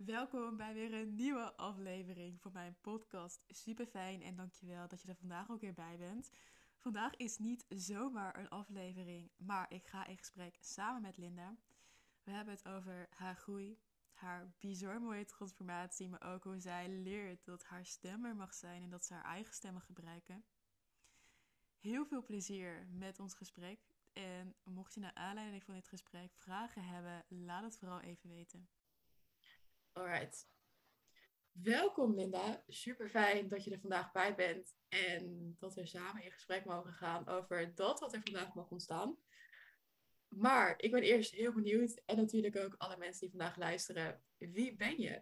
Welkom bij weer een nieuwe aflevering van mijn podcast. Super fijn en dankjewel dat je er vandaag ook weer bij bent. Vandaag is niet zomaar een aflevering, maar ik ga in gesprek samen met Linda. We hebben het over haar groei, haar bizar mooie transformatie, maar ook hoe zij leert dat haar stem er mag zijn en dat ze haar eigen stem mag gebruiken. Heel veel plezier met ons gesprek. En mocht je naar aanleiding van dit gesprek vragen hebben, laat het vooral even weten. Alright. Welkom Linda, super fijn dat je er vandaag bij bent en dat we samen in gesprek mogen gaan over dat wat er vandaag mag ontstaan. Maar ik ben eerst heel benieuwd en natuurlijk ook alle mensen die vandaag luisteren. Wie ben je?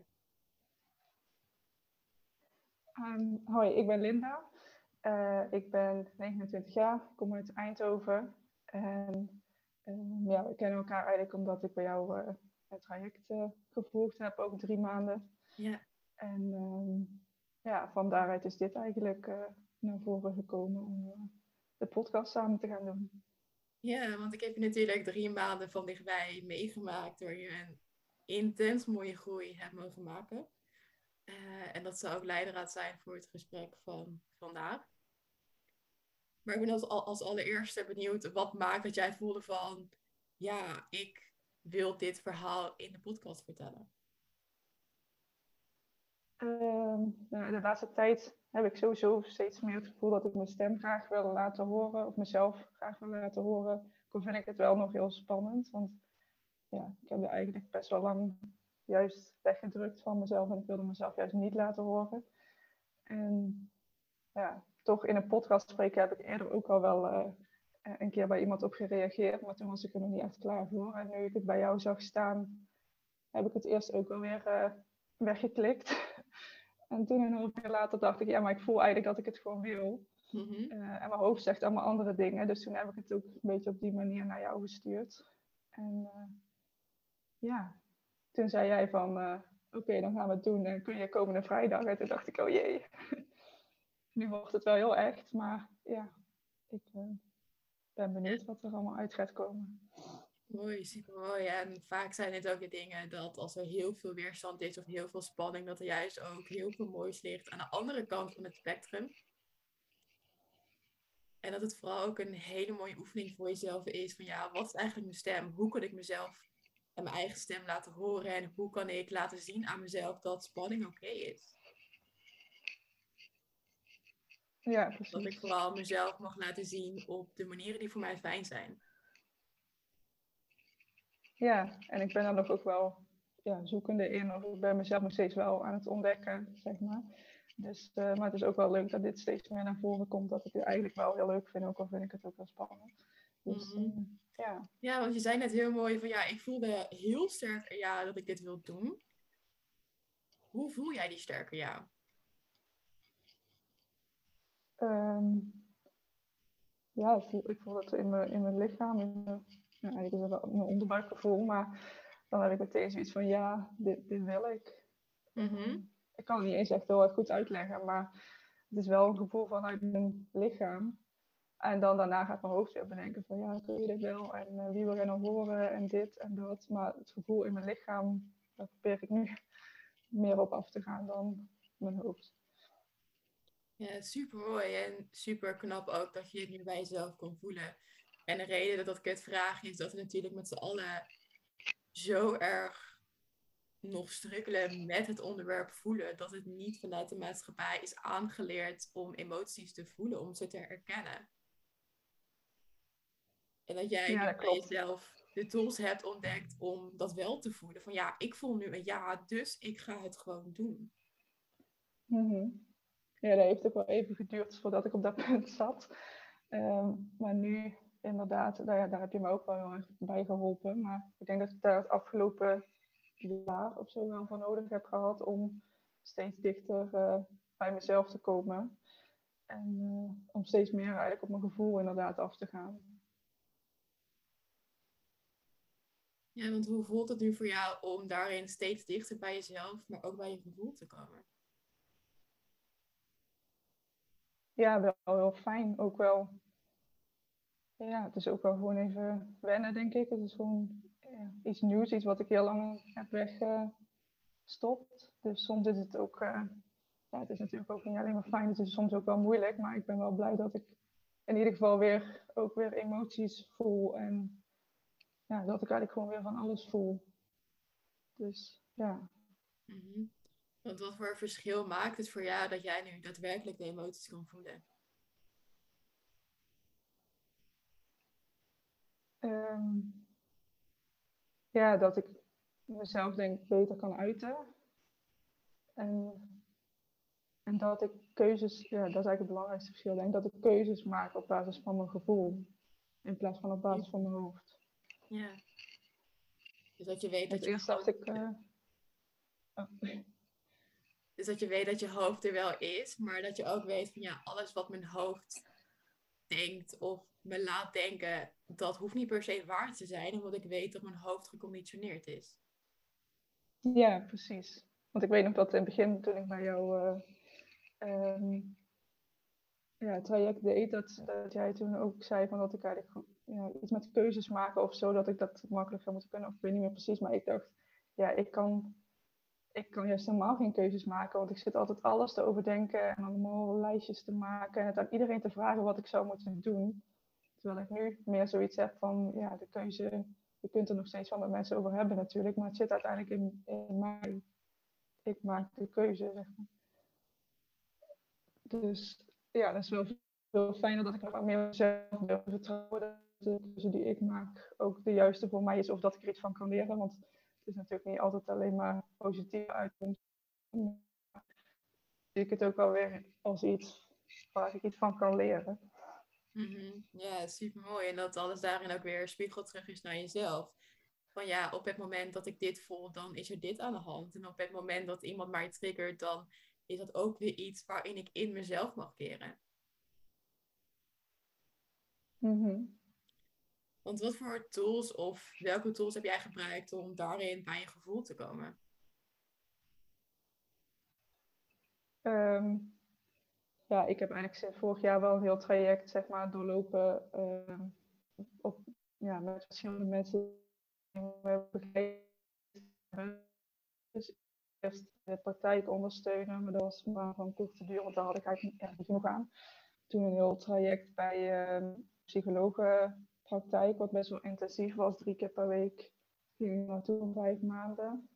Hoi, ik ben Linda. Ik ben 29 jaar, ik kom uit Eindhoven. En ja, we kennen elkaar eigenlijk omdat ik bij jou het traject gevolgd heb, ook 3 maanden. Ja. En ja, van daaruit is dit eigenlijk naar voren gekomen om de podcast samen te gaan doen. Ja, want ik heb je natuurlijk 3 maanden van dichtbij meegemaakt door je een intens mooie groei hebt mogen maken. En dat zou ook leidraad zijn voor het gesprek van vandaag. Maar ik ben als allereerste benieuwd, wat maakt dat jij voelde van, ja, ik wil dit verhaal in de podcast vertellen? Nou, de laatste tijd heb ik sowieso steeds meer het gevoel dat ik mijn stem graag wil laten horen, of mezelf graag wil laten horen. Toen vind ik het wel nog heel spannend, want ja, ik heb er eigenlijk best wel lang juist weggedrukt van mezelf en ik wilde mezelf juist niet laten horen. En ja, toch in een podcast spreken heb ik eerder ook al wel een keer bij iemand op gereageerd, maar toen was ik er nog niet echt klaar voor. En nu ik het bij jou zag staan, heb ik het eerst ook wel weer weggeklikt. En toen een half jaar later dacht ik, ja, maar ik voel eigenlijk dat ik het gewoon wil. Mhm. En mijn hoofd zegt allemaal andere dingen. Dus toen heb ik het ook een beetje op die manier naar jou gestuurd. En ja, toen zei jij van, oké, dan gaan we het doen. En kun je komende vrijdag? En toen dacht ik, oh jee. Nu wordt het wel heel echt. Maar ja, ik ben benieuwd wat er allemaal uit gaat komen. Mooi, super mooi. En vaak zijn het ook de dingen dat als er heel veel weerstand is of heel veel spanning, dat er juist ook heel veel moois ligt aan de andere kant van het spectrum. En dat het vooral ook een hele mooie oefening voor jezelf is van ja, wat is eigenlijk mijn stem? Hoe kan ik mezelf en mijn eigen stem laten horen? En hoe kan ik laten zien aan mezelf dat spanning oké is? Ja, Dat ik precies. vooral mezelf mag laten zien op de manieren die voor mij fijn zijn. Ja, en ik ben daar nog ook wel zoekende in. Of ik ben mezelf nog steeds wel aan het ontdekken, zeg maar. Dus, maar het is ook wel leuk dat dit steeds meer naar voren komt. Dat ik het eigenlijk wel heel leuk vind, ook al vind ik het ook wel spannend. Dus Mhm. ja. Ja, want je zei net heel mooi van ja, ik voelde heel sterk ja dat ik dit wil doen. Hoe voel jij die sterke ja? Ehm, ja, ik voel het in mijn lichaam. Ja, eigenlijk is het wel mijn onderbuikgevoel. Maar dan heb ik meteen zoiets van ja, dit wil ik. Mhm. Ik kan het niet eens echt heel erg goed uitleggen. Maar het is wel een gevoel vanuit mijn lichaam. En dan daarna gaat mijn hoofd weer bedenken van ja, kun je dit wel? En wie wil jij nou horen? En dit en dat. Maar het gevoel in mijn lichaam, daar probeer ik nu meer op af te gaan dan mijn hoofd. Ja, super mooi en super knap ook dat je het nu bij jezelf kon voelen. En de reden dat ik het vraag is dat we natuurlijk met z'n allen zo erg nog strukkelen met het onderwerp voelen, dat het niet vanuit de maatschappij is aangeleerd om emoties te voelen, om ze te erkennen. En dat jij Ja, nu dat bij klopt. jezelf de tools hebt ontdekt om dat wel te voelen. Van ja, ik voel nu een ja, dus ik ga het gewoon doen. Mm-hmm. Ja, dat heeft ook wel even geduurd voordat ik op dat punt zat. Maar nu inderdaad, nou ja, daar heb je me ook wel heel erg bij geholpen. Maar ik denk dat ik daar het afgelopen jaar of zo wel voor nodig heb gehad om steeds dichter bij mezelf te komen. En om steeds meer eigenlijk op mijn gevoel inderdaad af te gaan. Ja, want hoe voelt het nu voor jou om daarin steeds dichter bij jezelf, maar ook bij je gevoel te komen? Ja, wel heel fijn. Ook wel, ja, het is ook wel gewoon even wennen, denk ik. Het is gewoon iets nieuws, iets wat ik heel lang heb stopt. Dus soms is het ook, ja, het is natuurlijk ook niet alleen maar fijn, het is soms ook wel moeilijk, maar ik ben wel blij dat ik in ieder geval ook weer emoties voel en ja, dat ik eigenlijk gewoon weer van alles voel. Dus ja. Mhm. Want wat voor verschil maakt het voor jou dat jij nu daadwerkelijk de emoties kan voelen? Ehm, ja, dat ik mezelf denk ik beter kan uiten. En, en dat ik keuzes, ja, dat is eigenlijk het belangrijkste verschil. Denk dat ik keuzes maak op basis van mijn gevoel. In plaats van op basis van mijn hoofd. Ja. Dus dat je weet Want dat je eerst dacht ik, oh, Dus dat je weet dat je hoofd er wel is, maar dat je ook weet van ja, alles wat mijn hoofd denkt of me laat denken, dat hoeft niet per se waar te zijn, omdat ik weet dat mijn hoofd geconditioneerd is. ja, precies. Want ik weet nog dat in het begin, toen ik bij jou ehm, ja, traject deed, dat jij toen ook zei van dat ik eigenlijk ja, iets met keuzes maken of zo, dat ik dat makkelijk zou moeten kunnen. Of ik weet niet meer precies, maar ik dacht, ja, ik kan juist helemaal geen keuzes maken, want ik zit altijd alles te overdenken en allemaal lijstjes te maken en het aan iedereen te vragen wat ik zou moeten doen. Terwijl ik nu meer zoiets heb van, ja, de keuze, je kunt er nog steeds wel met mensen over hebben natuurlijk, maar het zit uiteindelijk in mij. Ik maak de keuze, zeg maar. Dus ja, dat is wel veel fijner dat ik nog wat meer op mezelf wil vertrouwen. Dat de keuze die ik maak ook de juiste voor mij is. Of dat ik er iets van kan leren. Want het is natuurlijk niet altijd alleen maar positieve uitkomsten. Zie ik het ook wel weer als iets waar ik iets van kan leren. Ja, super mooi. En dat alles daarin ook weer spiegel terug is naar jezelf. Van ja, op het moment dat ik dit voel, dan is er dit aan de hand. En op het moment dat iemand mij triggert, dan is dat ook weer iets waarin ik in mezelf mag keren. Mhm. Want wat voor tools of welke tools heb jij gebruikt om daarin bij je gevoel te komen? Ehm, ja, ik heb eigenlijk sinds vorig jaar wel een heel traject zeg maar, doorlopen. Op, ja, met verschillende mensen die me begeleiden. Dus eerst de praktijk ondersteunen, maar dat was maar van korte duur, want daar had ik eigenlijk niet genoeg aan. Toen een heel traject bij psychologenpraktijk, wat best wel intensief was, 3 keer per week. Ging ik naartoe 5 maanden.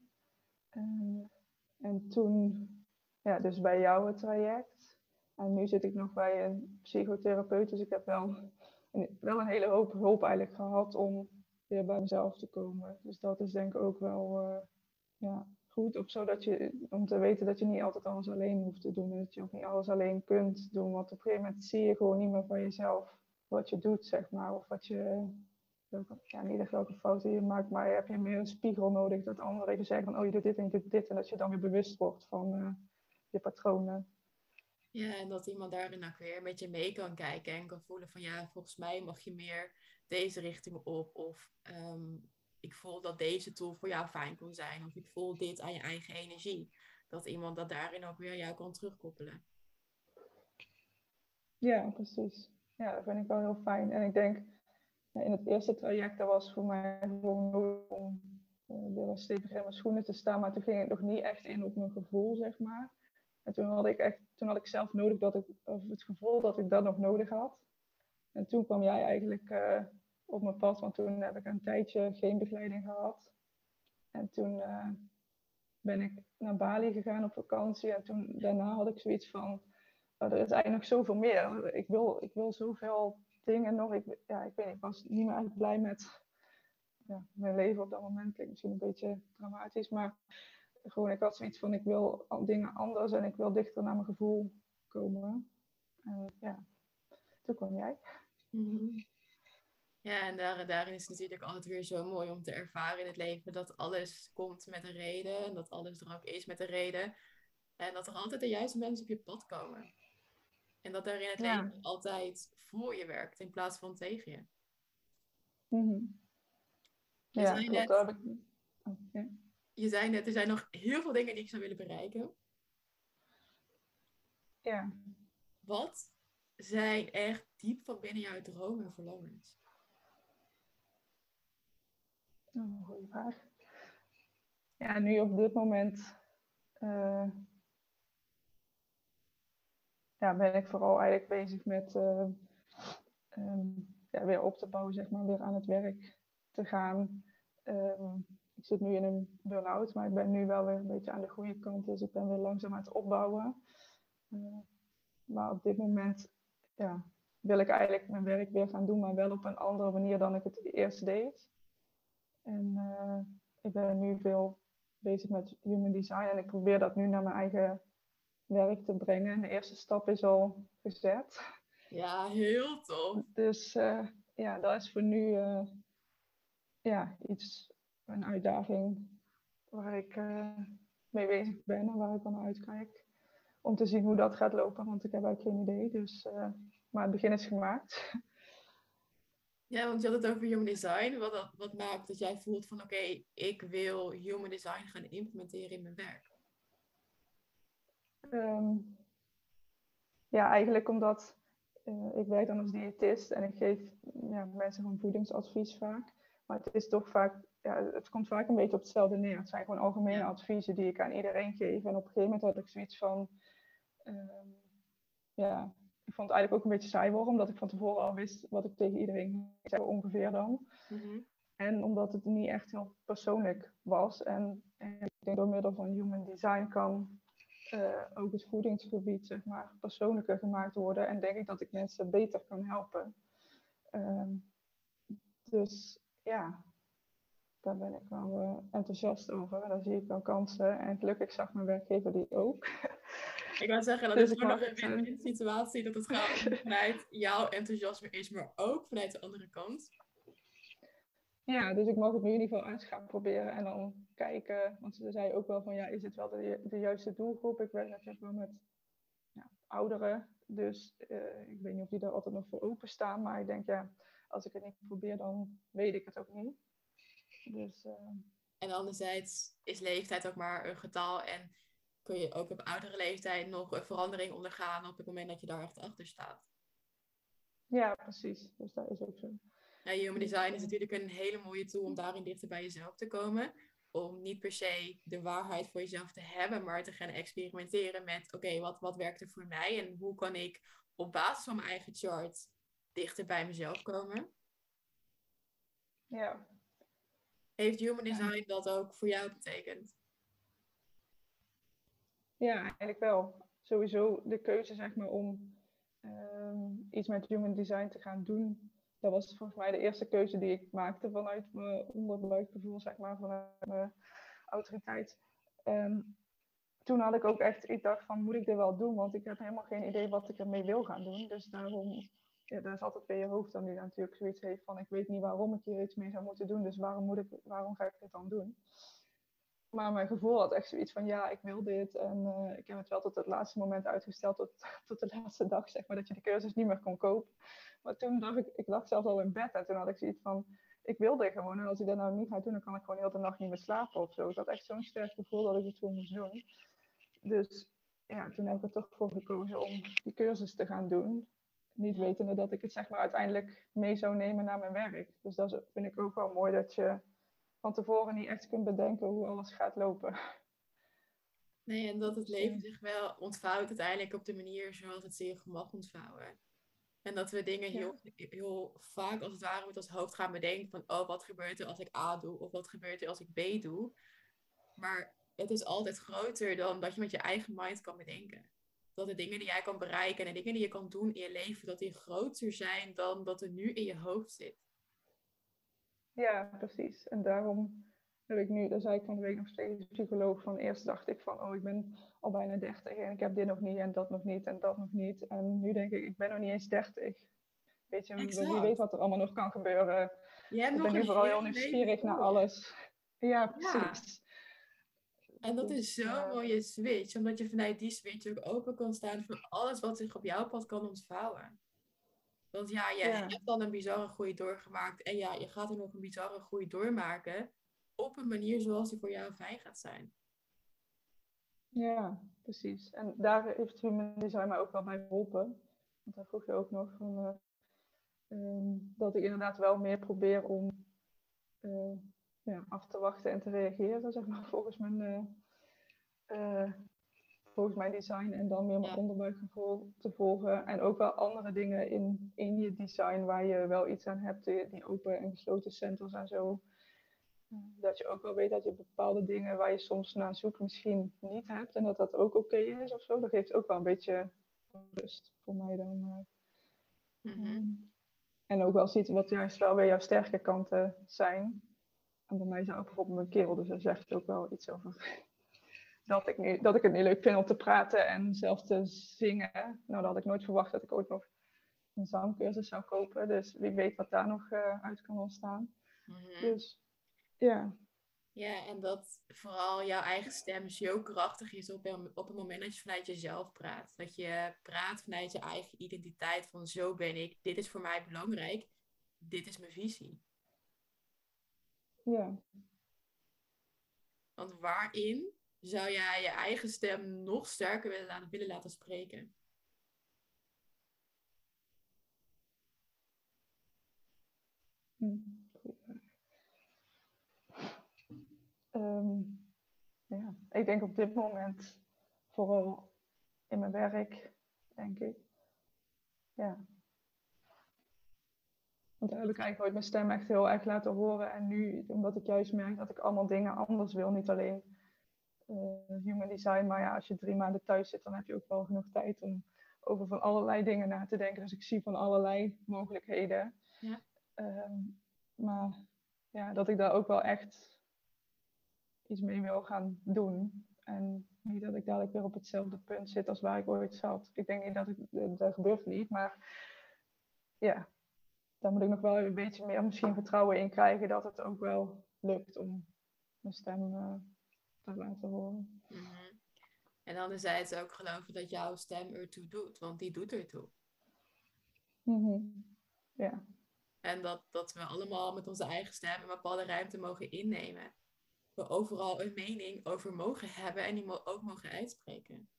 En toen, ja, dus bij jou het traject. En nu zit ik nog bij een psychotherapeut, dus ik heb wel een hele hoop hulp eigenlijk gehad om weer bij mezelf te komen. Dus dat is denk ik ook wel ja, goed. Of zodat om te weten dat je niet altijd alles alleen hoeft te doen. En dat je ook niet alles alleen kunt doen. Want op een gegeven moment zie je gewoon niet meer van jezelf wat je doet, zeg maar. Of wat je, ja, niet echt welke fouten je maakt. Maar heb je meer een spiegel nodig. Dat anderen even zeggen van, oh je doet dit en je doet dit. En dat je dan weer bewust wordt van je patronen. Ja, en dat iemand daarin ook weer met je mee kan kijken en kan voelen van ja, volgens mij mag je meer deze richting op. Of ik voel dat deze tool voor jou fijn kon zijn. Of ik voel dit aan je eigen energie. Dat iemand dat daarin ook weer jou kan terugkoppelen. Ja, precies. Ja, dat vind ik wel heel fijn. En ik denk, ja, in het eerste traject, dat was voor mij gewoon nodig om weer stevig in mijn schoenen te staan. Maar toen ging ik nog niet echt in op mijn gevoel, zeg maar. En toen had ik zelf nodig of het gevoel dat ik dat nog nodig had. En toen kwam jij eigenlijk op mijn pad, want toen heb ik een tijdje geen begeleiding gehad. En toen ben ik naar Bali gegaan op vakantie. En toen, daarna had ik zoiets van, er is eigenlijk nog zoveel meer. Ik wil zoveel dingen nog. Ja, ik weet niet, ik was niet meer echt blij met ja, mijn leven op dat moment. Klinkt misschien een beetje dramatisch, maar gewoon, ik had zoiets van, ik wil dingen anders en ik wil dichter naar mijn gevoel komen. En ja, toen kwam jij. Mhm. Ja, en daarin is het natuurlijk altijd weer zo mooi om te ervaren in het leven dat alles komt met een reden en dat alles er ook is met een reden. En dat er altijd de juiste mensen op je pad komen. En dat daarin het Ja. leven altijd voor je werkt in plaats van tegen je. Mhm. Je Ja, zei klopt. net, Dat heb ik. Oh, ja. je zei net, er zijn nog heel veel dingen die ik zou willen bereiken. Ja, Wat zijn echt diep van binnen jouw dromen en verlangens? oh, goede vraag. Ja, nu op dit moment ben ik vooral eigenlijk bezig met weer op te bouwen, zeg maar, weer aan het werk te gaan. Ik zit nu in een burn-out, maar ik ben nu wel weer een beetje aan de goede kant, dus ik ben weer langzaam aan het opbouwen. Maar op dit moment wil ik eigenlijk mijn werk weer gaan doen, maar wel op een andere manier dan ik het eerst deed. En ik ben nu veel bezig met human design en ik probeer dat nu naar mijn eigen werk te brengen. En de eerste stap is al gezet. Ja, heel tof. Dus dat is voor nu een uitdaging waar ik mee bezig ben en waar ik dan naar uitkijk. Om te zien hoe dat gaat lopen, want ik heb eigenlijk geen idee. Dus, maar het begin is gemaakt. Ja, want je had het over human design. Wat maakt dat jij voelt van oké, ik wil human design gaan implementeren in mijn werk? Eigenlijk omdat ik werk dan als diëtist en ik geef mensen gewoon voedingsadvies vaak. Maar het is toch vaak, het komt vaak een beetje op hetzelfde neer. Het zijn gewoon algemene adviezen die ik aan iedereen geef. En op een gegeven moment had ik zoiets van, ik vond het eigenlijk ook een beetje saai worden, omdat ik van tevoren al wist wat ik tegen iedereen zei, ongeveer dan. Mm-hmm. En omdat het niet echt heel persoonlijk was. En ik denk door middel van human design kan ook het voedingsgebied, zeg maar, persoonlijker gemaakt worden. En denk ik dat ik mensen beter kan helpen. Dus ja, daar ben ik wel enthousiast over. En daar zie ik wel kansen. En gelukkig zag mijn werkgever die ook. Ik wou zeggen, dat Dus is ik gewoon mag nog een het, win-win situatie. Dat het gewoon vanuit jouw enthousiasme is, maar ook vanuit de andere kant. Ja, dus ik mag het nu in ieder geval uit gaan proberen en dan kijken. Want ze zei ook wel van, ja, is het wel de juiste doelgroep? Ik werk natuurlijk wel met ouderen. Dus ik weet niet of die daar altijd nog voor openstaan. Maar ik denk, ja, als ik het niet probeer, dan weet ik het ook niet. Dus, En anderzijds is leeftijd ook maar een getal. En kun je ook op oudere leeftijd nog een verandering ondergaan op het moment dat je daar echt achter staat. ja, precies. Dus dat is ook zo. Ja, human design is natuurlijk een hele mooie tool om daarin dichter bij jezelf te komen. Om niet per se de waarheid voor jezelf te hebben, maar te gaan experimenteren met oké, wat werkt er voor mij en hoe kan ik op basis van mijn eigen chart dichter bij mezelf komen. Ja. Heeft human design dat ook voor jou betekend? Ja, eigenlijk wel. Sowieso de keuze, zeg maar, om iets met human design te gaan doen. Dat was volgens mij de eerste keuze die ik maakte vanuit mijn onderbuikgevoel, zeg maar, vanuit mijn autoriteit. Toen had ik ook echt, ik dacht van, moet ik dit wel doen? Want ik heb helemaal geen idee wat ik ermee wil gaan doen. Dus daarom, dat is altijd weer je hoofd dan die natuurlijk zoiets heeft van, ik weet niet waarom ik hier iets mee zou moeten doen. Dus waarom ga ik dit dan doen? Maar mijn gevoel had echt zoiets van, ja, ik wil dit. En ik heb het wel tot het laatste moment uitgesteld, tot de laatste dag, zeg maar, dat je de cursus niet meer kon kopen. Maar toen dacht ik lag zelfs al in bed en toen had ik zoiets van, ik wil dit gewoon. En als ik dat nou niet ga doen, dan kan ik gewoon heel de nacht niet meer slapen of zo. Ik had echt zo'n sterk gevoel dat ik het gewoon moest doen. Dus ja, toen heb ik er toch voor gekozen om die cursus te gaan doen. Niet wetende dat ik het, zeg maar, uiteindelijk mee zou nemen naar mijn werk. Dus dat vind ik ook wel mooi, dat je van tevoren niet echt kunt bedenken hoe alles gaat lopen. Nee, en dat het leven zich wel ontvouwt uiteindelijk op de manier zoals het zich mag ontvouwen. En dat we dingen heel vaak als het ware met ons hoofd gaan bedenken van oh, wat gebeurt er als ik A doe of wat gebeurt er als ik B doe. Maar het is altijd groter dan dat je met je eigen mind kan bedenken. Dat de dingen die jij kan bereiken en de dingen die je kan doen in je leven, dat die groter zijn dan dat er nu in je hoofd zit. Ja, precies. En daarom heb ik nu, daar zei ik van de week nog steeds een psycholoog van. Eerst dacht ik van, oh, ik ben al bijna 30 en ik heb dit nog niet en dat nog niet en dat nog niet. En nu denk ik ben nog niet eens 30. Weet je, wie weet Exact. wat er allemaal nog kan gebeuren. Je hebt Ik nog ben een nu vooral heel heel leven nieuwsgierig naar voor je. alles. Ja, Ja. precies. En dat is Dus, zo'n mooie switch, omdat je vanuit die switch ook open kan staan voor alles wat zich op jouw pad kan ontvouwen. Want ja, je hebt dan een bizarre groei doorgemaakt en ja, je gaat er nog een bizarre groei doormaken op een manier zoals die voor jou fijn gaat zijn. ja, precies. En daar heeft human design mij ook wel bij geholpen. Want daar vroeg je ook nog van, dat ik inderdaad wel meer probeer om af te wachten en te reageren, zeg maar, volgens mijn design. En dan meer mijn onderbuikgevoel te volgen. En ook wel andere dingen in je design waar je wel iets aan hebt. Die open en gesloten centers en zo. Dat je ook wel weet dat je bepaalde dingen waar je soms naar zoekt misschien niet hebt. En dat dat ook oké is of zo. Dat geeft ook wel een beetje rust voor mij dan. En ook wel ziet wat juist wel weer jouw sterke kanten zijn. En bij mij is ook bijvoorbeeld mijn keel. Dus daar zegt ook wel iets over. Dat ik het niet leuk vind om te praten en zelf te zingen. Nou, dat had ik nooit verwacht dat ik ooit nog een zangcursus zou kopen. Dus wie weet wat daar nog uit kan ontstaan. Dus ja. Ja, en dat vooral jouw eigen stem zo krachtig is op het moment dat je vanuit jezelf praat. Dat je praat vanuit je eigen identiteit van zo ben ik, dit is voor mij belangrijk, dit is mijn visie. Ja. Want waarin zou jij je eigen stem nog sterker willen laten spreken? Ja, ik denk op dit moment vooral in mijn werk, denk ik. Ja. Want daar heb ik eigenlijk ooit mijn stem echt heel erg laten horen. En nu, omdat ik juist merk dat ik allemaal dingen anders wil. Niet alleen human design, maar ja, als je 3 maanden thuis zit, dan heb je ook wel genoeg tijd om over van allerlei dingen na te denken. Dus ik zie van allerlei mogelijkheden. Ja. Maar ja, dat ik daar ook wel echt iets mee wil gaan doen. En niet dat ik dadelijk weer op hetzelfde punt zit als waar ik ooit zat. Ik denk niet dat gebeurt niet, maar ja, daar moet ik nog wel een beetje meer misschien vertrouwen in krijgen dat het ook wel lukt om mijn stem te laten horen. Mm-hmm. En anderzijds ook geloven dat jouw stem ertoe doet, want die doet ertoe. Ja. En dat we allemaal met onze eigen stem een bepaalde ruimte mogen innemen. We overal een mening over mogen hebben en die ook mogen uitspreken.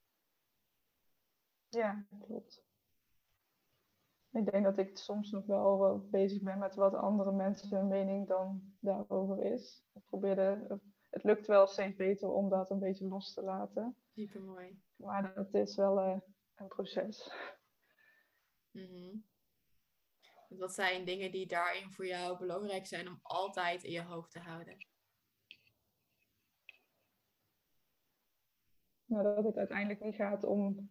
Ja, klopt. Ik denk dat ik soms nog wel bezig ben met wat andere mensen hun mening dan daarover is. Het lukt wel steeds beter om dat een beetje los te laten. Super mooi. Maar dat is wel een proces. Mm-hmm. Wat zijn dingen die daarin voor jou belangrijk zijn om altijd in je hoofd te houden? Nou, dat het uiteindelijk niet gaat om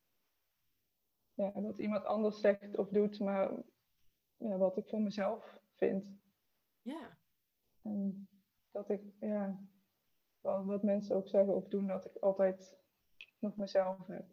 wat iemand anders zegt of doet, maar wat ik van mezelf vind. Ja. En dat ik, wat mensen ook zeggen of doen, dat ik altijd nog mezelf heb.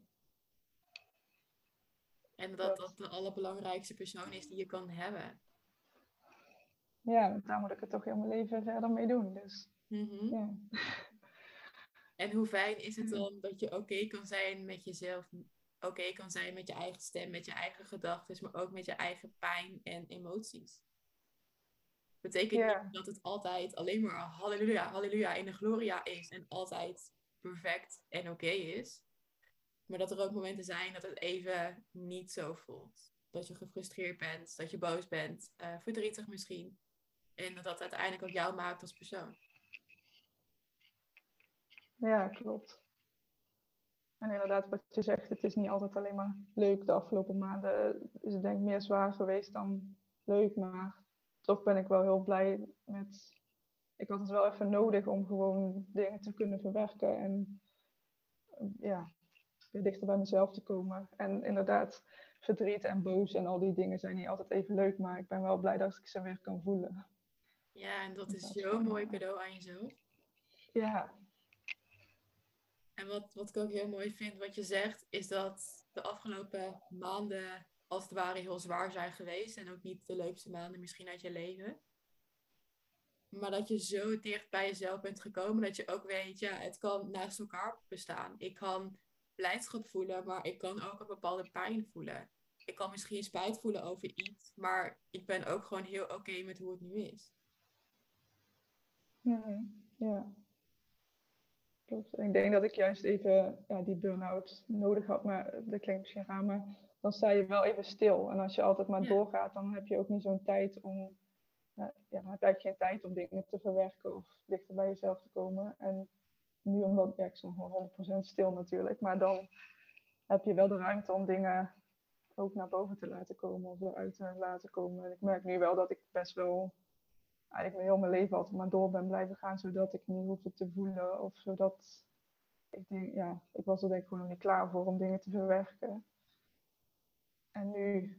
En dat de allerbelangrijkste persoon is die je kan hebben. Ja, daar moet ik het toch heel mijn leven verder mee doen. Dus, ja. En hoe fijn is het dan dat je oké kan zijn met jezelf, oké kan zijn met je eigen stem, met je eigen gedachten, maar ook met je eigen pijn en emoties. Betekent niet dat het altijd alleen maar halleluja, halleluja in de gloria is en altijd perfect en oké is. Maar dat er ook momenten zijn dat het even niet zo voelt. Dat je gefrustreerd bent, dat je boos bent, verdrietig misschien. En dat dat uiteindelijk ook jou maakt als persoon. Ja, klopt. En inderdaad, wat je zegt, het is niet altijd alleen maar leuk. De afgelopen maanden is het denk ik meer zwaar geweest dan leuk. Maar toch ben ik wel heel blij met... Ik had het wel even nodig om gewoon dingen te kunnen verwerken. En weer dichter bij mezelf te komen. En inderdaad, verdriet en boos en al die dingen zijn niet altijd even leuk. Maar ik ben wel blij dat ik ze weer kan voelen. Ja, en dat is zo'n mooi cadeau aan jezelf. Ja. En wat ik ook heel mooi vind, wat je zegt, is dat de afgelopen maanden als het ware heel zwaar zijn geweest. En ook niet de leukste maanden misschien uit je leven. Maar dat je zo dicht bij jezelf bent gekomen dat je ook weet, ja, het kan naast elkaar bestaan. Ik kan blijdschap voelen, maar ik kan ook een bepaalde pijn voelen. Ik kan misschien spijt voelen over iets, maar ik ben ook gewoon heel oké met hoe het nu is. Ja. Klopt. Ik denk dat ik juist even die burn-out nodig had, maar dat klinkt misschien raar, maar dan sta je wel even stil. En als je altijd maar doorgaat, dan heb je ook niet zo'n tijd om dan heb je geen tijd om dingen te verwerken of dichter bij jezelf te komen. En nu omdat, ik stond gewoon 100% stil natuurlijk, maar dan heb je wel de ruimte om dingen ook naar boven te laten komen of eruit te laten komen. En ik merk nu wel dat ik best wel eigenlijk heel mijn leven altijd maar door ben blijven gaan, zodat ik niet hoefde te voelen of zodat ik denk, ik was er denk ik gewoon nog niet klaar voor om dingen te verwerken. En nu,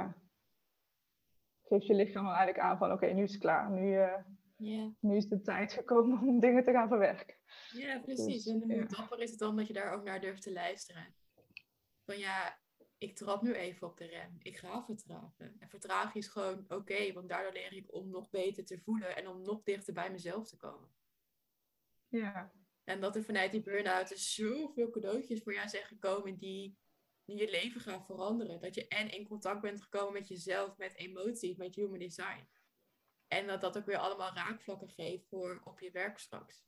geeft je lichaam eigenlijk aan van oké, nu is het klaar. Nu is de tijd gekomen om dingen te gaan verwerken. Ja, precies. Dus, en hoe dapper is het dan dat je daar ook naar durft te luisteren? Van ik trap nu even op de rem. Ik ga vertragen. En vertragen is gewoon oké, want daardoor leer ik om nog beter te voelen en om nog dichter bij mezelf te komen. Ja. En dat er vanuit die burn-out dus zoveel cadeautjes voor jou zijn gekomen die je leven gaan veranderen. Dat je en in contact bent gekomen met jezelf, met emoties, met human design. En dat ook weer allemaal raakvlakken geeft voor op je werk straks.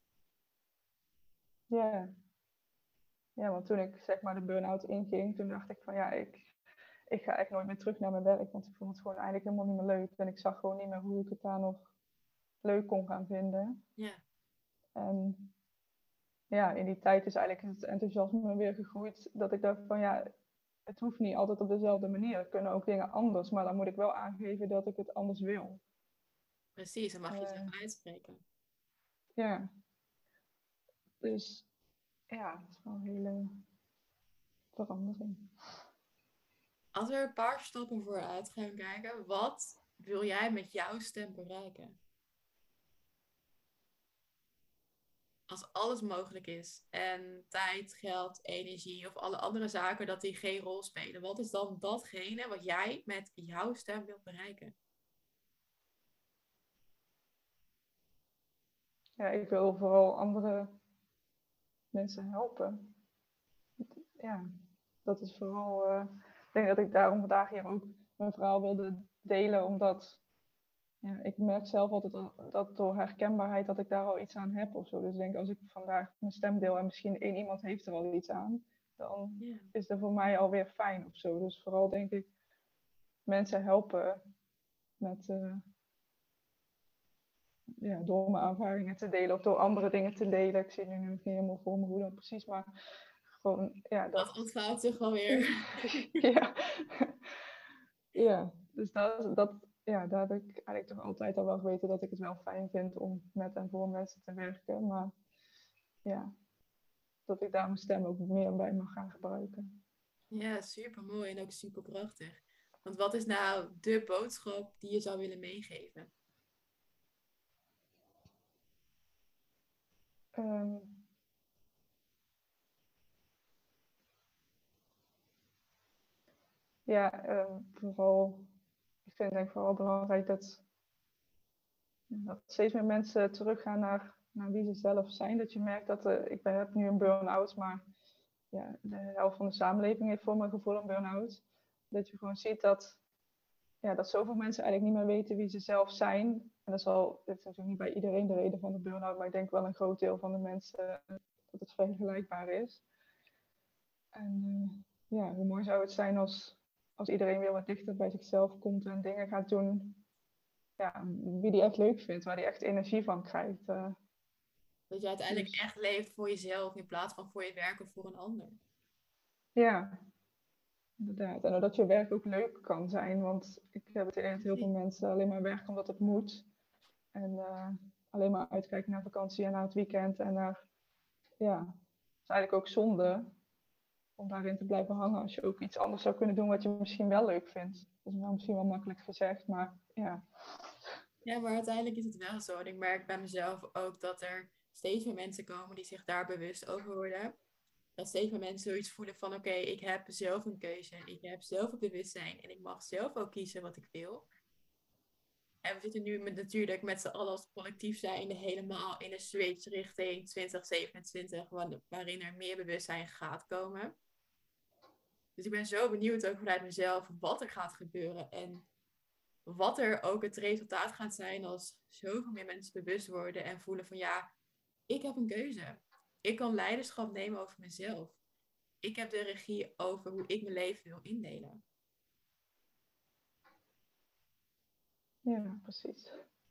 Ja. Ja, want toen ik zeg maar de burn-out inging, toen dacht ik van ik ga echt nooit meer terug naar mijn werk. Want ik vond het gewoon eigenlijk helemaal niet meer leuk. En ik zag gewoon niet meer hoe ik het daar nog leuk kon gaan vinden. Ja. En in die tijd is eigenlijk het enthousiasme weer gegroeid. Dat ik dacht van het hoeft niet altijd op dezelfde manier. Er kunnen ook dingen anders. Maar dan moet ik wel aangeven dat ik het anders wil. Precies, dan mag je het zelf uitspreken. Ja. Dus het is wel een hele verandering. Als we er een paar stappen vooruit gaan kijken, wat wil jij met jouw stem bereiken? Als alles mogelijk is en tijd, geld, energie of alle andere zaken, dat die geen rol spelen. Wat is dan datgene wat jij met jouw stem wilt bereiken? Ja, ik wil vooral andere mensen helpen. Ja, dat is vooral. Ik denk dat ik daarom vandaag hier ook mijn verhaal wilde delen, omdat ik merk zelf altijd dat door herkenbaarheid dat ik daar al iets aan heb of zo. Dus ik denk als ik vandaag mijn stem deel en misschien één iemand heeft er al iets aan, dan is dat voor mij alweer fijn of zo. Dus vooral denk ik mensen helpen met door mijn ervaringen te delen of door andere dingen te delen. Ik zie nu nog niet helemaal voor me hoe dan precies, maar gewoon, Dat ontvouwt zich wel weer. Dus daar heb ik eigenlijk toch altijd al wel geweten dat ik het wel fijn vind om met en voor mensen te werken. Maar dat ik daar mijn stem ook meer bij mag gaan gebruiken. Ja, super mooi en ook super prachtig. Want wat is nou de boodschap die je zou willen meegeven? Vooral, ik vind het vooral belangrijk dat steeds meer mensen teruggaan naar wie ze zelf zijn. Dat je merkt dat ik heb nu een burn-out, maar de helft van de samenleving heeft voor mijn gevoel een burn-out. Dat je gewoon ziet dat zoveel mensen eigenlijk niet meer weten wie ze zelf zijn. En dit is natuurlijk niet bij iedereen de reden van de burn-out, maar ik denk wel een groot deel van de mensen dat het vergelijkbaar is. En hoe mooi zou het zijn als iedereen weer wat dichter bij zichzelf komt en dingen gaat doen wie die echt leuk vindt, waar die echt energie van krijgt. Dat je uiteindelijk echt leeft voor jezelf in plaats van voor je werk of voor een ander. Ja, inderdaad. En dat je werk ook leuk kan zijn, want ik heb het idee dat heel veel mensen alleen maar werken omdat het moet. En alleen maar uitkijken naar vakantie en naar het weekend. En het is eigenlijk ook zonde om daarin te blijven hangen als je ook iets anders zou kunnen doen wat je misschien wel leuk vindt. Dat is nou misschien wel makkelijk gezegd, maar ja. Ja, maar uiteindelijk is het wel zo. En ik merk bij mezelf ook dat er steeds meer mensen komen die zich daar bewust over worden. Dat steeds meer mensen zoiets voelen van oké, ik heb zelf een keuze. Ik heb zelf een bewustzijn en ik mag zelf ook kiezen wat ik wil. En we zitten nu natuurlijk met z'n allen als collectief zijnde helemaal in een switch richting 2027, waarin er meer bewustzijn gaat komen. Dus ik ben zo benieuwd ook vanuit mezelf wat er gaat gebeuren en wat er ook het resultaat gaat zijn als zoveel meer mensen bewust worden en voelen van ik heb een keuze. Ik kan leiderschap nemen over mezelf. Ik heb de regie over hoe ik mijn leven wil indelen. Ja, precies.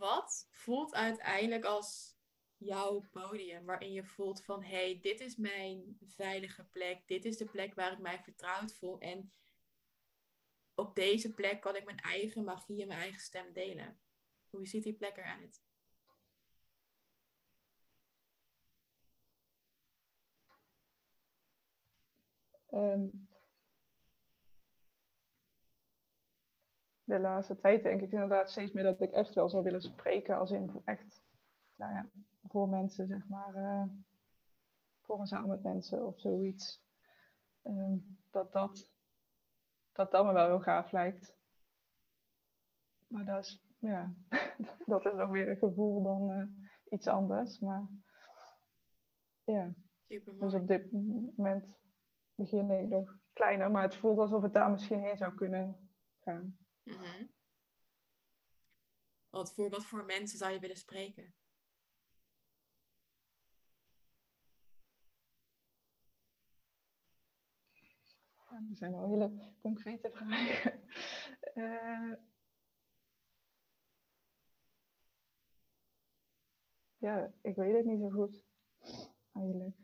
wat voelt uiteindelijk als jouw podium, waarin je voelt van, hey, dit is mijn veilige plek, dit is de plek waar ik mij vertrouwd voel en op deze plek kan ik mijn eigen magie en mijn eigen stem delen. Hoe ziet die plek eruit? Ehm, de laatste tijd denk ik inderdaad steeds meer dat ik echt wel zou willen spreken, als in echt, nou ja, voor mensen, zeg maar, voor een zaal met mensen of zoiets. Ehm, dat, dat, dat me wel heel gaaf lijkt. Maar dat is, ja, dat is nog weer een gevoel dan iets anders. Maar ja, Super dus mooi. op dit moment begin ik nog kleiner, maar het voelt alsof het daar misschien heen zou kunnen gaan. Wat voor mensen zou je willen spreken? Ja, dat zijn wel hele concrete vragen. Ja, ik weet het niet zo goed, eigenlijk.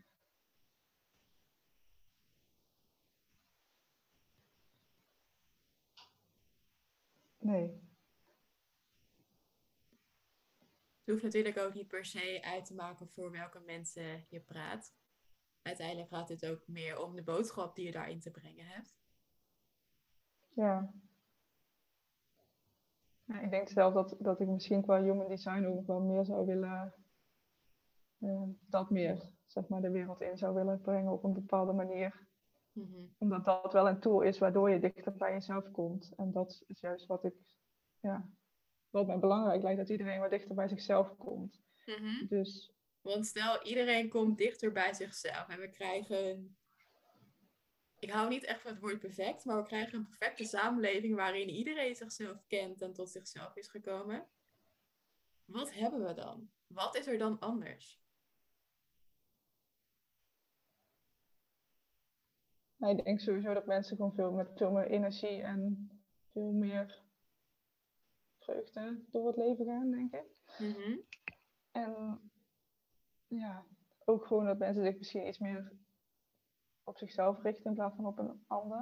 Nee. Het hoeft natuurlijk ook niet per se uit te maken voor welke mensen je praat. Uiteindelijk gaat het ook meer om de boodschap die je daarin te brengen hebt. Ja. Ja, ik denk zelf dat ik misschien qua human design ook nog wel meer zou willen, dat meer, zeg maar, de wereld in zou willen brengen op een bepaalde manier. Omdat dat wel een tool is waardoor je dichter bij jezelf komt. En dat is juist wat mij belangrijk lijkt, dat iedereen wat dichter bij zichzelf komt. Dus, Want stel, iedereen komt dichter bij zichzelf en we krijgen, ik hou niet echt van het woord perfect, maar we krijgen een perfecte samenleving waarin iedereen zichzelf kent en tot zichzelf is gekomen. Wat hebben we dan? Wat is er dan anders? nou, ik denk sowieso dat mensen gewoon met veel meer energie en veel meer vreugde door het leven gaan, denk ik. En ja, ook gewoon dat mensen zich misschien iets meer op zichzelf richten in plaats van op een ander.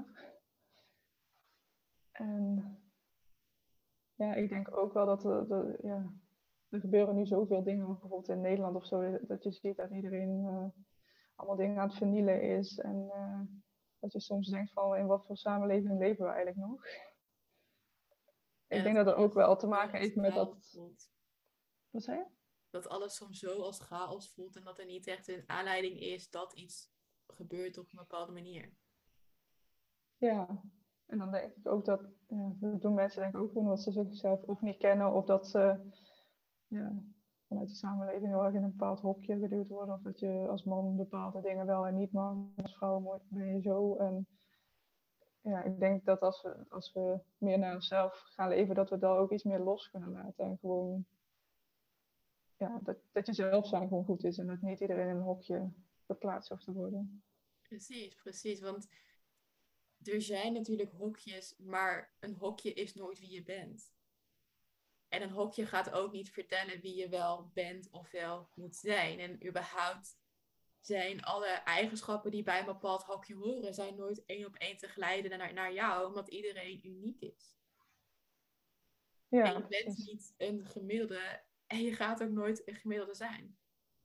En ja, ik denk ook wel dat er gebeuren nu zoveel dingen, bijvoorbeeld in Nederland of zo, dat je ziet dat iedereen allemaal dingen aan het vernielen is. En dat je soms denkt van, in wat voor samenleving leven we eigenlijk nog? Ja, Ik denk dat dat ook wel te maken heeft met dat. Wat zei je? Dat alles soms zo als chaos voelt en dat er niet echt een aanleiding is dat iets gebeurt op een bepaalde manier. Ja, en dan denk ik ook dat doen mensen denk ik ook gewoon dat ze zichzelf of niet kennen of dat ze vanuit de samenleving heel erg in een bepaald hokje geduwd worden. Of dat je als man bepaalde dingen wel en niet mag. Als vrouw ben je zo. En ja, ik denk dat als we meer naar onszelf gaan leven, dat we daar ook iets meer los kunnen laten. En gewoon, ja, dat je zelf zijn gewoon goed is. En dat niet iedereen in een hokje geplaatst hoeft te worden. Precies. Want er zijn natuurlijk hokjes, maar een hokje is nooit wie je bent. En een hokje gaat ook niet vertellen wie je wel bent of wel moet zijn. En überhaupt zijn alle eigenschappen die bij een bepaald hokje horen, zijn nooit één op één te glijden naar jou, omdat iedereen uniek is. Ja, en je bent precies. niet een gemiddelde en je gaat ook nooit een gemiddelde zijn.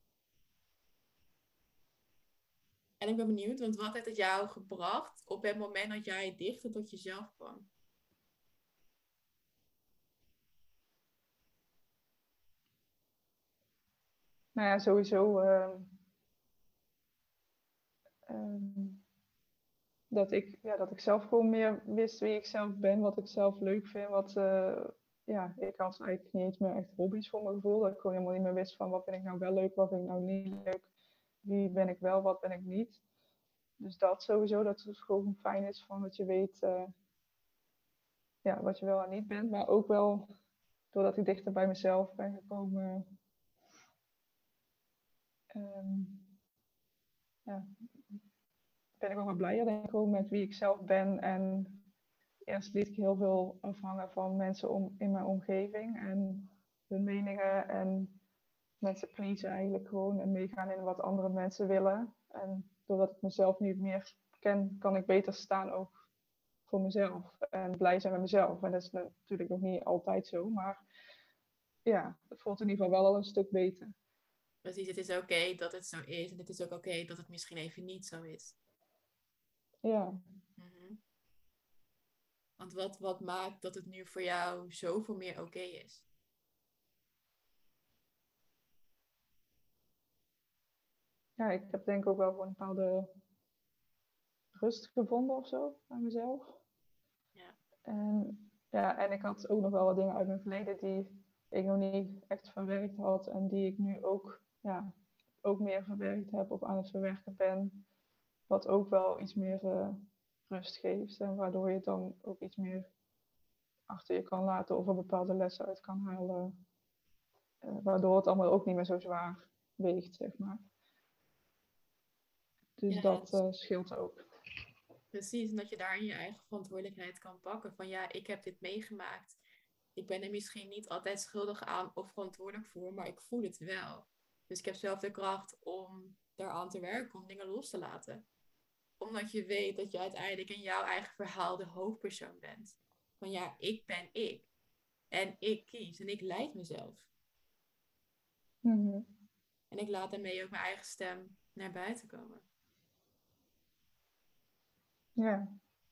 En ik ben benieuwd, want wat heeft het jou gebracht op het moment dat jij dichter tot jezelf kwam? Nou ja, sowieso dat ik zelf gewoon meer wist wie ik zelf ben, wat ik zelf leuk vind. Ik had eigenlijk niet eens meer echt hobby's voor mijn gevoel. Dat ik gewoon helemaal niet meer wist van wat vind ik nou wel leuk, wat vind ik nou niet leuk. Wie ben ik wel, wat ben ik niet. Dus dat sowieso, dat het gewoon fijn is van dat je weet wat je wel en niet bent. Maar ook wel doordat ik dichter bij mezelf ben gekomen. Ben ik ook wel blijer denk ik gewoon met wie ik zelf ben. En eerst liet ik heel veel afhangen van mensen in mijn omgeving. En hun meningen en mensen pleasen eigenlijk gewoon en meegaan in wat andere mensen willen. En doordat ik mezelf nu meer ken, kan ik beter staan ook voor mezelf en blij zijn met mezelf. En dat is natuurlijk nog niet altijd zo, maar ja, het voelt in ieder geval wel al een stuk beter. Precies, het is oké dat het zo is. En het is ook oké dat het misschien even niet zo is. Ja, Mhm. Want wat maakt dat het nu voor jou zoveel meer oké is? ja, ik heb denk ik ook wel gewoon een bepaalde rust gevonden of zo aan mezelf. Ja. En ik had ook nog wel wat dingen uit mijn verleden die ik nog niet echt verwerkt had en die ik nu ook, ja, ook meer verwerkt heb of aan het verwerken ben. Wat ook wel iets meer rust geeft en waardoor je dan ook iets meer achter je kan laten of er bepaalde lessen uit kan halen. Waardoor het allemaal ook niet meer zo zwaar weegt, zeg maar. Dus Ja, dat scheelt ook. precies. En dat je daarin je eigen verantwoordelijkheid kan pakken. Van ja, ik heb dit meegemaakt. Ik ben er misschien niet altijd schuldig aan of verantwoordelijk voor, maar ik voel het wel. Dus ik heb zelf de kracht om daaraan te werken, om dingen los te laten. Omdat je weet dat je uiteindelijk in jouw eigen verhaal de hoofdpersoon bent. Van ja, ik ben ik. En ik kies en ik leid mezelf. Mhm. En ik laat daarmee ook mijn eigen stem naar buiten komen. Ja.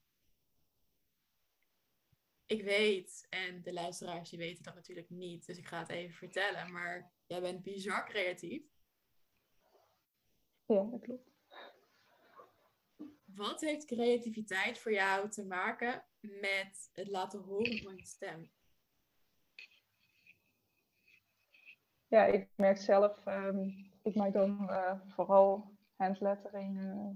Ik weet, en de luisteraars die weten dat natuurlijk niet, dus ik ga het even vertellen, maar jij bent bizar creatief. Ja, dat klopt. Wat heeft creativiteit voor jou te maken met het laten horen van je stem? Ja, ik merk zelf, ik maak dan vooral handlettering,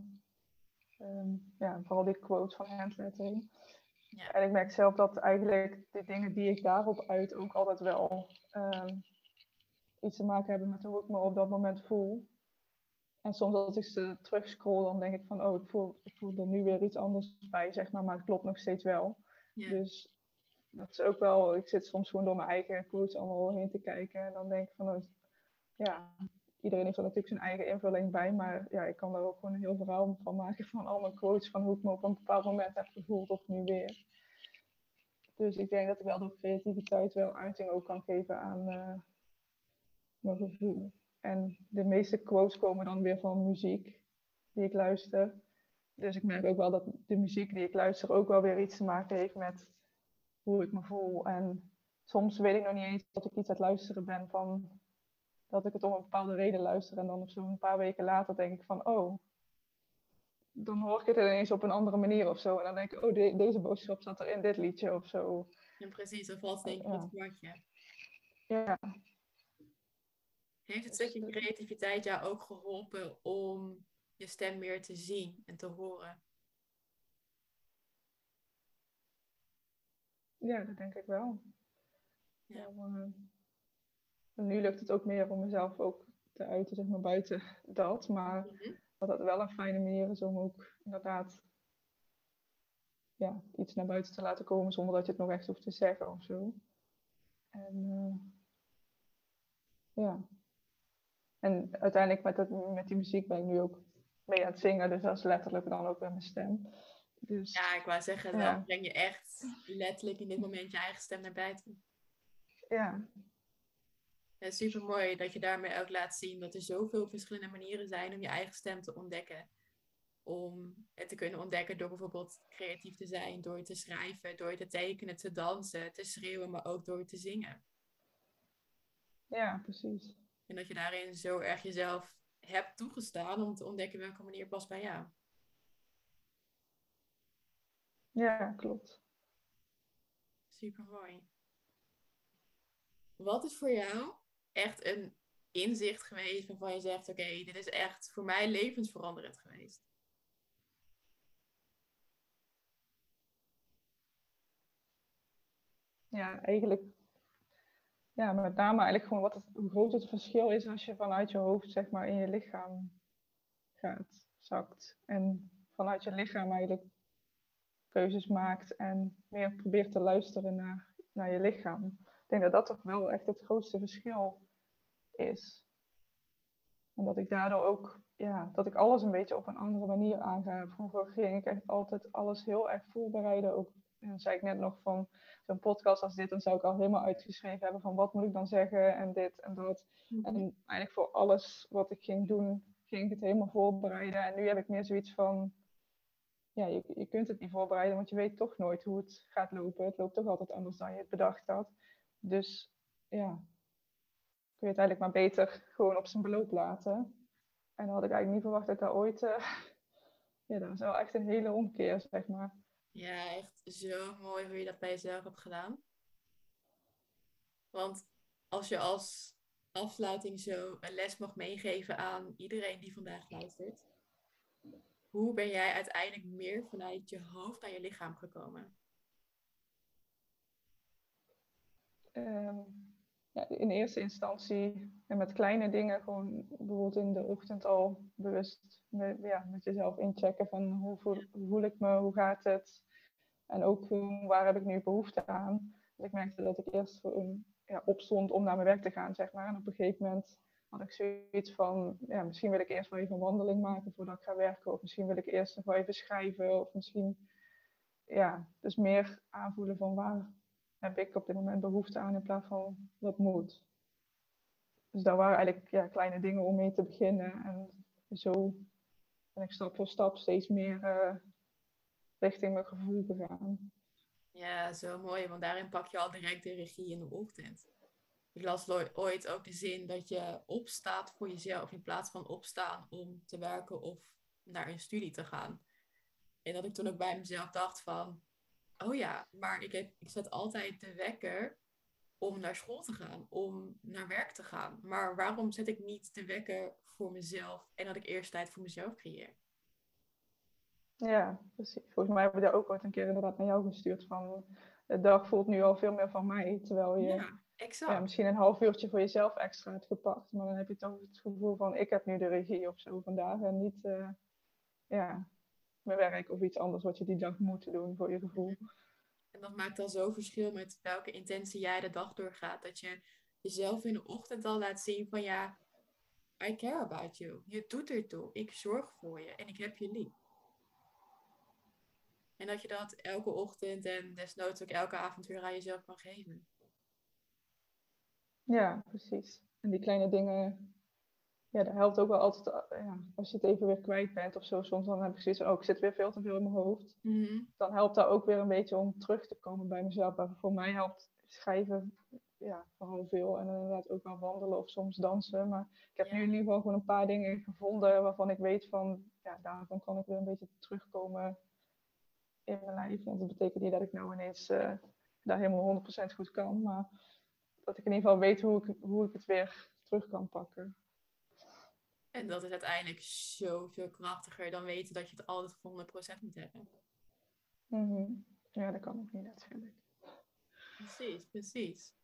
ja, vooral die quotes van handlettering. Ja. En ik merk zelf dat eigenlijk de dingen die ik daarop uit ook altijd wel iets te maken hebben met hoe ik me op dat moment voel. En soms als ik ze terugscroll, dan denk ik van, oh, ik voel er nu weer iets anders bij, zeg maar het klopt nog steeds wel. Ja. Dus dat is ook wel, ik zit soms gewoon door mijn eigen quotes allemaal heen te kijken. En dan denk ik van, oh, ja, iedereen heeft er natuurlijk zijn eigen invulling bij. Maar ja, ik kan daar ook gewoon een heel verhaal van maken van al mijn quotes. Van hoe ik me op een bepaald moment heb gevoeld of nu weer. Dus ik denk dat ik wel door creativiteit wel uiting ook kan geven aan mijn gevoel. En de meeste quotes komen dan weer van muziek die ik luister. Dus ik merk ook wel dat de muziek die ik luister ook wel weer iets te maken heeft met hoe ik me voel. En soms weet ik nog niet eens dat ik iets aan het luisteren ben van dat ik het om een bepaalde reden luister. En dan of zo een paar weken later denk ik van, oh, dan hoor ik het ineens op een andere manier of zo. En dan denk ik, oh, deze boodschap zat er in dit liedje of zo. En precies, dan valt denk ik Ja. het kwartje. Ja. Heeft het stukje creativiteit jou ook geholpen om je stem meer te zien en te horen? Ja, dat denk ik wel. Ja. Nu lukt het ook meer om mezelf ook te uiten, zeg maar, buiten dat. Maar dat het wel een fijne manier is om ook inderdaad ja, iets naar buiten te laten komen zonder dat je het nog echt hoeft te zeggen of zo. En ja. En uiteindelijk met die muziek ben ik nu ook mee aan het zingen. Dus dat is letterlijk dan ook weer mijn stem. Dus, Ja, ik wou zeggen, ja. dan breng je echt letterlijk in dit moment je eigen stem naar buiten. Ja. Ja, super mooi dat je daarmee ook laat zien dat er zoveel verschillende manieren zijn om je eigen stem te ontdekken. Om het te kunnen ontdekken door bijvoorbeeld creatief te zijn, door te schrijven, door te tekenen, te dansen, te schreeuwen, maar ook door te zingen. Ja, precies. En dat je daarin zo erg jezelf hebt toegestaan om te ontdekken welke manier past bij jou. Ja, klopt. Super mooi. Wat is voor jou echt een inzicht geweest waarvan je zegt, oké, dit is echt voor mij levensveranderend geweest? Ja, eigenlijk, ja, met name eigenlijk gewoon hoe groot het verschil is als je vanuit je hoofd, zeg maar, in je lichaam gaat, zakt. En vanuit je lichaam eigenlijk keuzes maakt en meer probeert te luisteren naar je lichaam. Ik denk dat dat toch wel echt het grootste verschil is. En dat ik daardoor ook, ja, dat ik alles een beetje op een andere manier aanga. Vroeger ging ik echt altijd alles heel erg voorbereiden. Ook, en zei ik net nog van zo'n podcast als dit, dan zou ik al helemaal uitgeschreven hebben van wat moet ik dan zeggen en dit en dat. En eigenlijk voor alles wat ik ging doen, ging ik het helemaal voorbereiden. En nu heb ik meer zoiets van, ja, je kunt het niet voorbereiden, want je weet toch nooit hoe het gaat lopen. Het loopt toch altijd anders dan je het bedacht had. Dus ja, kun je het eigenlijk maar beter gewoon op zijn beloop laten. En dan had ik eigenlijk niet verwacht dat ik daar ooit... ja, dat was wel echt een hele omkeer, zeg maar. Ja, echt zo mooi hoe je dat bij jezelf hebt gedaan. Want als je als afsluiting zo een les mag meegeven aan iedereen die vandaag luistert, hoe ben jij uiteindelijk meer vanuit je hoofd naar je lichaam gekomen? Ehm, ja, in eerste instantie en met kleine dingen, gewoon bijvoorbeeld in de ochtend al bewust met jezelf inchecken van hoe voel ik me, hoe gaat het? En ook waar heb ik nu behoefte aan? Dus ik merkte dat ik eerst opstond om naar mijn werk te gaan, zeg maar. En op een gegeven moment had ik zoiets van, ja, misschien wil ik eerst wel even een wandeling maken voordat ik ga werken. Of misschien wil ik eerst nog wel even schrijven. Of misschien, ja, dus meer aanvoelen van waar heb ik op dit moment behoefte aan in plaats van wat moet. Dus daar waren eigenlijk kleine dingen om mee te beginnen. En zo ben ik stap voor stap steeds meer richting mijn gevoel gegaan. Ja, zo mooi, want daarin pak je al direct de regie in de ochtend. Ik las ooit ook de zin dat je opstaat voor jezelf in plaats van opstaan om te werken of naar een studie te gaan. En dat ik toen ook bij mezelf dacht van, oh ja, maar ik zet altijd de wekker om naar school te gaan, om naar werk te gaan. Maar waarom zet ik niet de wekker voor mezelf en dat ik eerst tijd voor mezelf creëer? Ja, precies. Volgens mij hebben we daar ook ooit een keer inderdaad naar jou gestuurd van de dag voelt nu al veel meer van mij, terwijl je Ja, exact. misschien een half uurtje voor jezelf extra hebt gepakt, maar dan heb je toch het gevoel van ik heb nu de regie of zo vandaag en niet mijn werk of iets anders wat je die dag moet doen voor je gevoel. En dat maakt dan zo verschil met welke intentie jij de dag doorgaat. Dat je jezelf in de ochtend al laat zien van ja, I care about you. Je doet ertoe. Ik zorg voor je en ik heb je lief. En dat je dat elke ochtend en desnoods ook elke avond weer aan jezelf kan geven. Ja, precies. En die kleine dingen, ja, dat helpt ook wel altijd, als je het even weer kwijt bent of zo. Soms dan heb ik zoiets van, oh, ik zit weer veel te veel in mijn hoofd. Dan helpt dat ook weer een beetje om terug te komen bij mezelf. Maar voor mij helpt schrijven vooral veel. En inderdaad ook wel wandelen of soms dansen. Maar ik heb nu in ieder geval gewoon een paar dingen gevonden waarvan ik weet van, ja, daarvan kan ik weer een beetje terugkomen in mijn lijf. Want dat betekent niet dat ik nou ineens daar helemaal 100% goed kan. Maar dat ik in ieder geval weet hoe ik het weer terug kan pakken. En dat is uiteindelijk zoveel krachtiger dan weten dat je het altijd voor 100% moet hebben. Mm-hmm. Ja, dat kan ook niet natuurlijk. Precies, precies.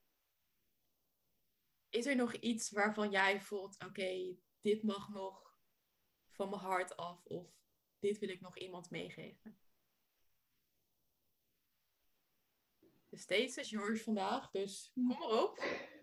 Is er nog iets waarvan jij voelt, oké, dit mag nog van mijn hart af of dit wil ik nog iemand meegeven? De stage is yours vandaag, dus kom maar op.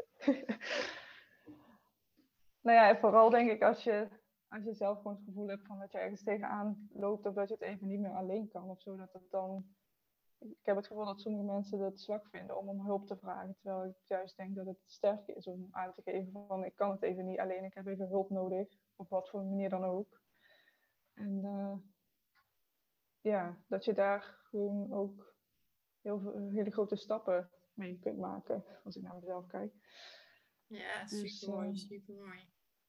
Nou ja, en vooral denk ik als je zelf gewoon het gevoel hebt van dat je ergens tegenaan loopt of dat je het even niet meer alleen kan of zo, dat het dan... Ik heb het gevoel dat sommige mensen het zwak vinden om hulp te vragen, terwijl ik juist denk dat het sterk is om aan te geven van ik kan het even niet alleen, ik heb even hulp nodig, op wat voor manier dan ook. En dat je daar gewoon ook hele grote stappen mee kunt maken, als ik naar mezelf kijk. Ja, super mooi, super mooi.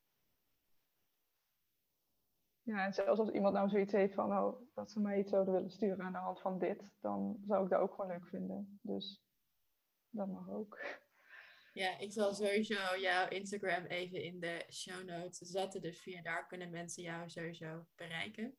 Ja, en zelfs als iemand nou zoiets heeft van, nou, dat ze mij iets zouden willen sturen aan de hand van dit, dan zou ik dat ook gewoon leuk vinden. Dus dat mag ook. Ja, ik zal sowieso jouw Instagram even in de show notes zetten. Dus via daar kunnen mensen jou sowieso bereiken.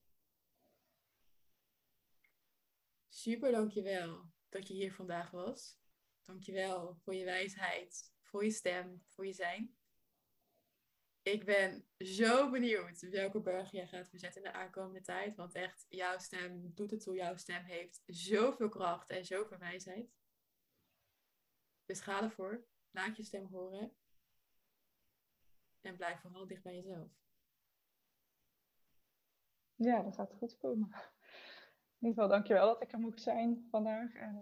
Super, dankjewel dat je hier vandaag was. Dankjewel voor je wijsheid, voor je stem, voor je zijn. Ik ben zo benieuwd welke berg jij gaat verzetten in de aankomende tijd. Want echt, jouw stem doet het toe. Jouw stem heeft zoveel kracht en zoveel wijsheid. Dus ga ervoor. Laat je stem horen. En blijf vooral dicht bij jezelf. Ja, dat gaat goed komen. In ieder geval, dankjewel dat ik er mocht zijn vandaag. En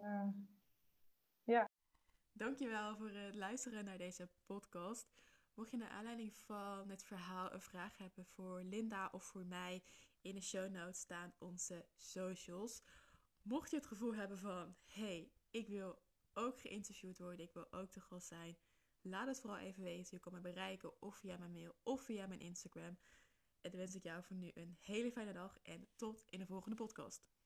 Dankjewel voor het luisteren naar deze podcast. Mocht je naar aanleiding van het verhaal een vraag hebben voor Linda of voor mij, in de show notes staan onze socials. Mocht je het gevoel hebben van, hey, ik wil ook geïnterviewd worden, ik wil ook te gast zijn, laat het vooral even weten. Je kan me bereiken of via mijn mail of via mijn Instagram. En dan wens ik jou voor nu een hele fijne dag en tot in de volgende podcast.